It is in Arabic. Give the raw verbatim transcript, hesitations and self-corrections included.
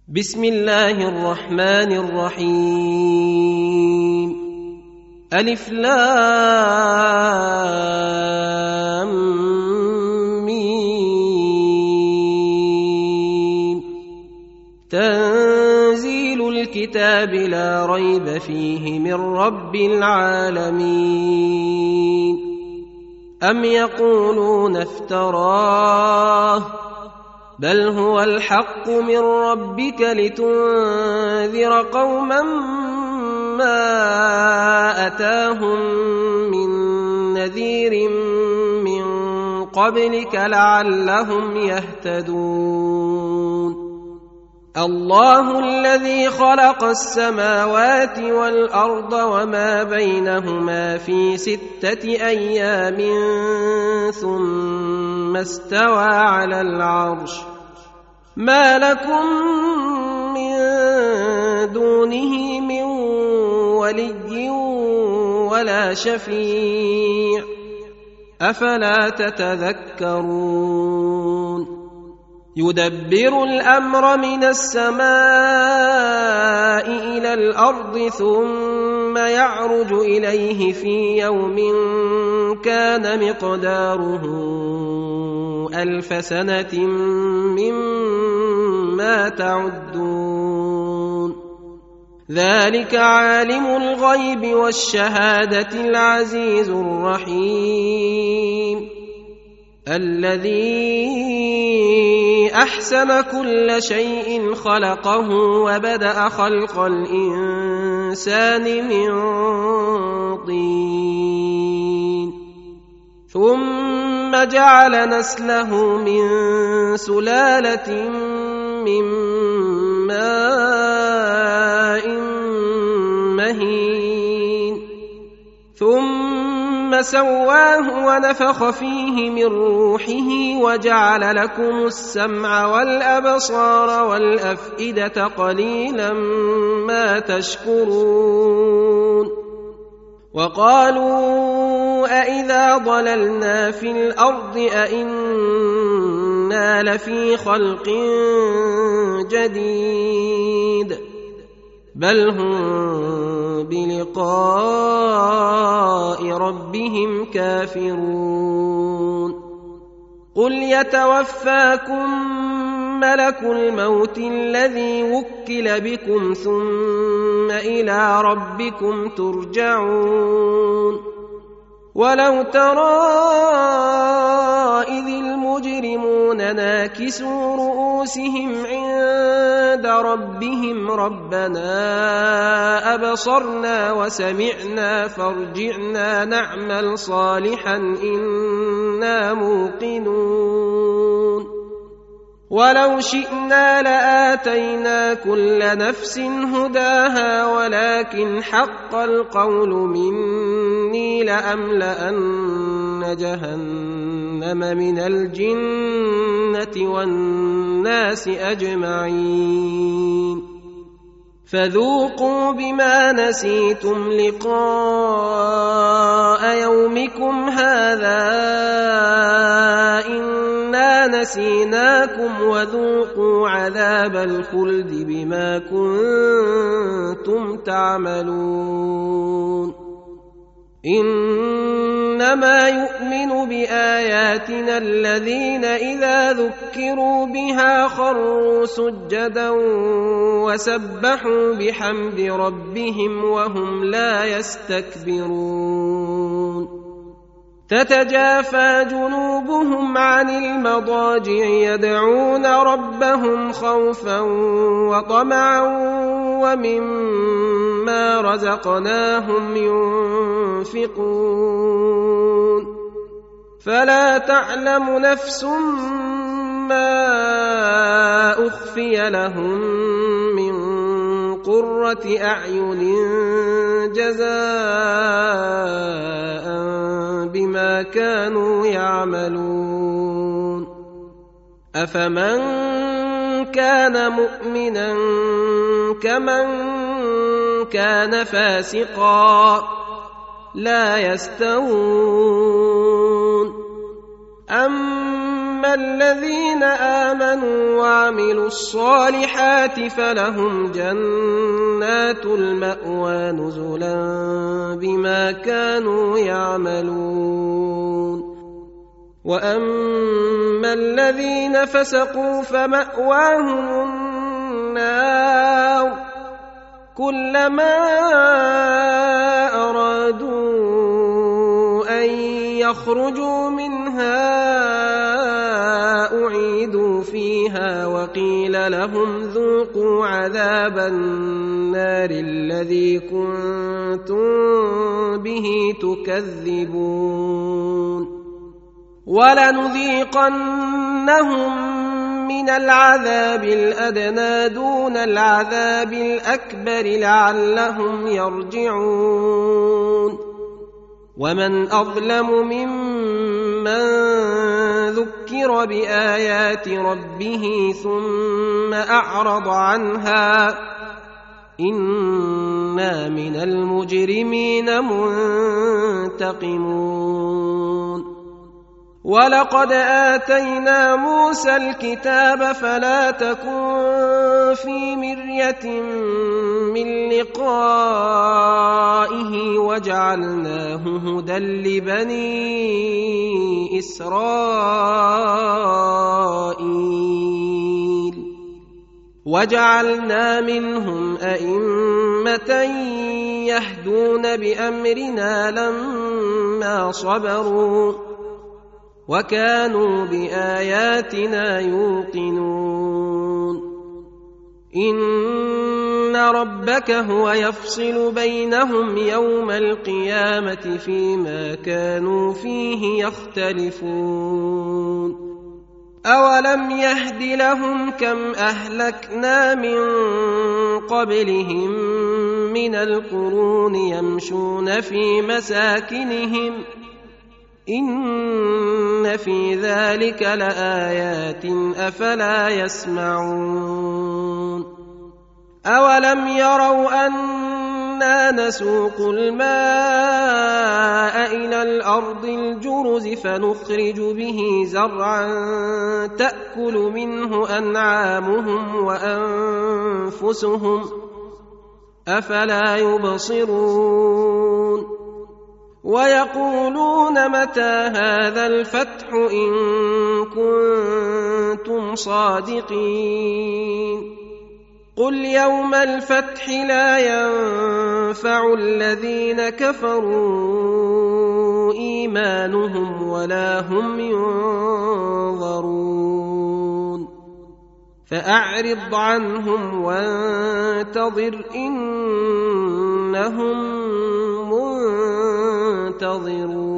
بسم الله الرحمن الرحيم ألف لام ميم تنزيل الكتاب لا ريب فيه من رب العالمين أم يقولون افتراه بل هو الحق من ربك لتنذر قوما ما أتاهم من نذير من قبلك لعلهم يهتدون الله الذي خلق السماوات والأرض وما بينهما في ستة أيام ثم استوى على العرش ما لكم من دونه من ولي ولا شفيع أفلا تتذكرون يدبر الأمر من السماء إلى الأرض ثم يعرج إليه في يوم كان مقداره ألف سنة مما تعدون ذلك عالم الغيب والشهادة العزيز الرحيم الذي أحسن كل شيء خلقه وبدأ خلق الإنسان من طين ثم جعل نسله من سلالة من ماء مهين ثم سواه ونفخ فيه من روحه وجعل لكم السمع والأبصار والأفئدة قليلا ما تشكرون وقالوا أإذا ضللنا في الأرض أإنا لفي خلق جديد بل هم بلقاء ربهم كافرون قل يتوفاكم ملك الموت الذي وكل بكم ثم إلى ربكم ترجعون ولو ترى إذ المجرمون ناكسوا رؤوسهم عند ربهم ربنا أبصرنا وسمعنا فارجعنا نعمل صالحا إنا موقنون ولو شئنا لآتينا كل نفس هداها ولكن حق القول مني لأملأن جهنم من الجنة والناس أجمعين فذوقوا بما نسيتم لقاء يومكم هذا إنا نسيناكم وذوقوا عذاب الخلد بما كنتم تعملون إنما يؤمن بآياتنا الذين إذا ذكروا بها خروا سجدا وسبحوا بحمد ربهم وهم لا يستكبرون تتجافى جنوبهم عن المضاجع يدعون ربهم خوفا وطمعا ومما رزقناهم ينفقون فلا تعلم نفس ما أخفي لهم من قرة أعين جزاء بما كانوا يعملون أفمن كان مؤمنا كمن كان فاسقا لا يستوون أم فأما الذين آمنوا وعملوا الصالحات فلهم جنات المأوى نزلا بما كانوا يعملون وأما الذين فسقوا فمأواهم النار كلما أرادوا أن يخرجوا منها أعيدوا فيها وقيل لهم ذوقوا عذاب النار الذي كنتم به تكذبون ولنذيقنهم من العذاب الأدنى دون العذاب الأكبر لعلهم يرجعون ومن أظلم ممن ذكر بآيات ربه ثم أعرض عنها إنا من المجرمين منتقمون ولقد آتينا موسى الكتاب فلا تكن في مرية من لقائه وجعلناه هدى لبني إسرائيل وجعلنا منهم أئمة يهدون بأمرنا لما صبروا وكانوا بآياتنا يوقنون إن ربك هو يفصل بينهم يوم القيامة فيما كانوا فيه يختلفون أولم يهد لهم كم أهلكنا من قبلهم من القرون يمشون في مساكنهم إن في ذلك لآيات أفلا يسمعون أولم يروا أنا نسوق الماء إلى الأرض الجرز فنخرج به زرعا تأكل منه أنعامهم وأنفسهم أفلا يبصرون ويقولون متى هذا الفتح إن كنتم صادقين قل يوم الفتح لا ينفع الذين كفروا إيمانهم ولا هم ينظرون فأعرض عنهم وانتظر إنهم منتظرون